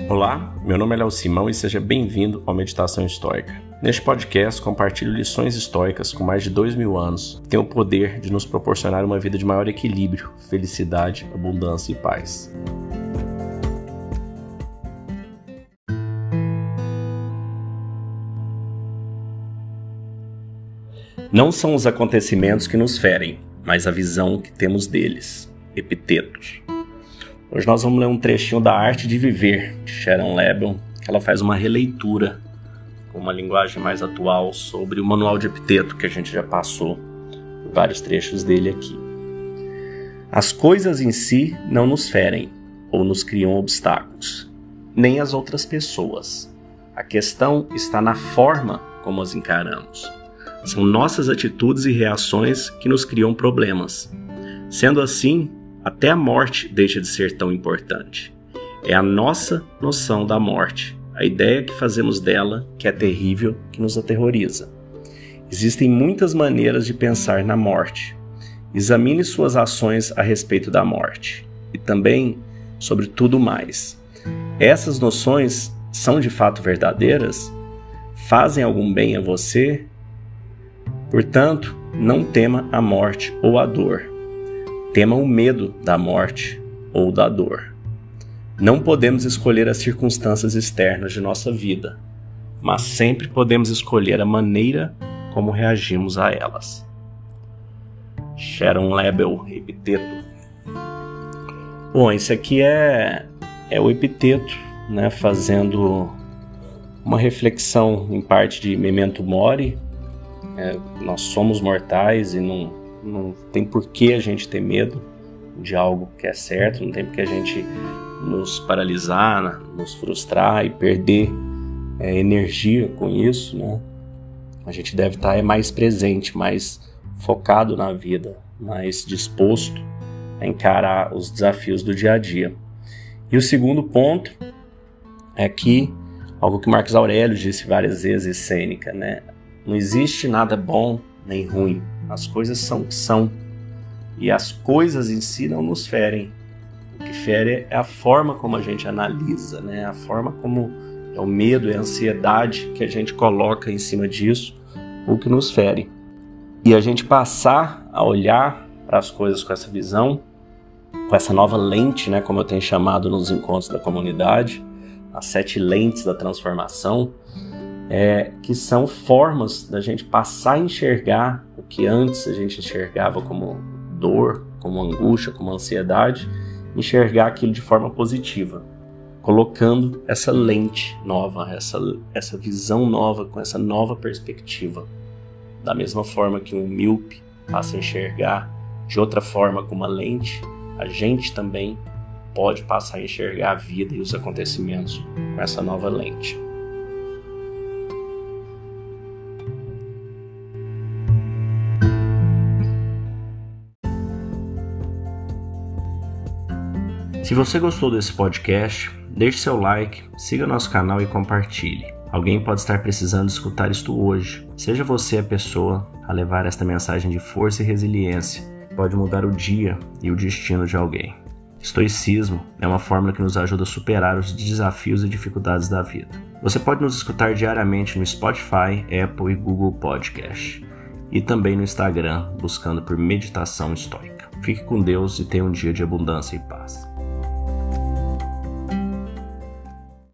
Olá, meu nome é Léo Simão e seja bem-vindo ao Meditação Estoica. Neste podcast, compartilho lições estoicas com mais de 2000 anos que têm o poder de nos proporcionar uma vida de maior equilíbrio, felicidade, abundância e paz. Não são os acontecimentos que nos ferem, mas a visão que temos deles. Epiteto. Hoje nós vamos ler um trechinho da Arte de Viver, de Sharon Lebel, que ela faz uma releitura com uma linguagem mais atual sobre o Manual de Epiteto, que a gente já passou por vários trechos dele aqui. As coisas em si não nos ferem ou nos criam obstáculos, nem as outras pessoas. A questão está na forma como as encaramos. São nossas atitudes e reações que nos criam problemas. Sendo assim, até a morte deixa de ser tão importante. É a nossa noção da morte, a ideia que fazemos dela, que é terrível, que nos aterroriza. Existem muitas maneiras de pensar na morte. Examine suas ações a respeito da morte e também sobre tudo mais. Essas noções são de fato verdadeiras? Fazem algum bem a você? Portanto, não tema a morte ou a dor. Tema o medo da morte ou da dor. Não podemos escolher as circunstâncias externas de nossa vida, mas sempre podemos escolher a maneira como reagimos a elas. Sharon Lebel, Epiteto. Bom, esse aqui é o Epiteto, né, fazendo uma reflexão em parte de Memento Mori. Nós somos mortais e não tem por que a gente ter medo de algo que é certo, não tem por que a gente nos paralisar, nos frustrar e perder energia com isso, né? A gente deve estar mais presente, mais focado na vida, mais disposto a encarar os desafios do dia a dia. E o segundo ponto é que, algo que Marcos Aurélio disse várias vezes, Sêneca, né? Não existe nada bom nem ruim. As coisas são o que são. E as coisas em si não nos ferem. O que fere é a forma como a gente analisa, né? A forma como é o medo, é a ansiedade que a gente coloca em cima disso, o que nos fere. E a gente passar a olhar para as coisas com essa visão, com essa nova lente, né? Como eu tenho chamado nos encontros da comunidade, as 7 lentes da transformação, que são formas da gente passar a enxergar o que antes a gente enxergava como dor, como angústia, como ansiedade, enxergar aquilo de forma positiva, colocando essa lente nova, essa visão nova, com essa nova perspectiva. Da mesma forma que um míope passa a enxergar de outra forma com uma lente, a gente também pode passar a enxergar a vida e os acontecimentos com essa nova lente. Se você gostou desse podcast, deixe seu like, siga nosso canal e compartilhe. Alguém pode estar precisando escutar isto hoje. Seja você a pessoa a levar esta mensagem de força e resiliência, que pode mudar o dia e o destino de alguém. Estoicismo é uma fórmula que nos ajuda a superar os desafios e dificuldades da vida. Você pode nos escutar diariamente no Spotify, Apple e Google Podcast. E também no Instagram, buscando por Meditação Estoica. Fique com Deus e tenha um dia de abundância e paz.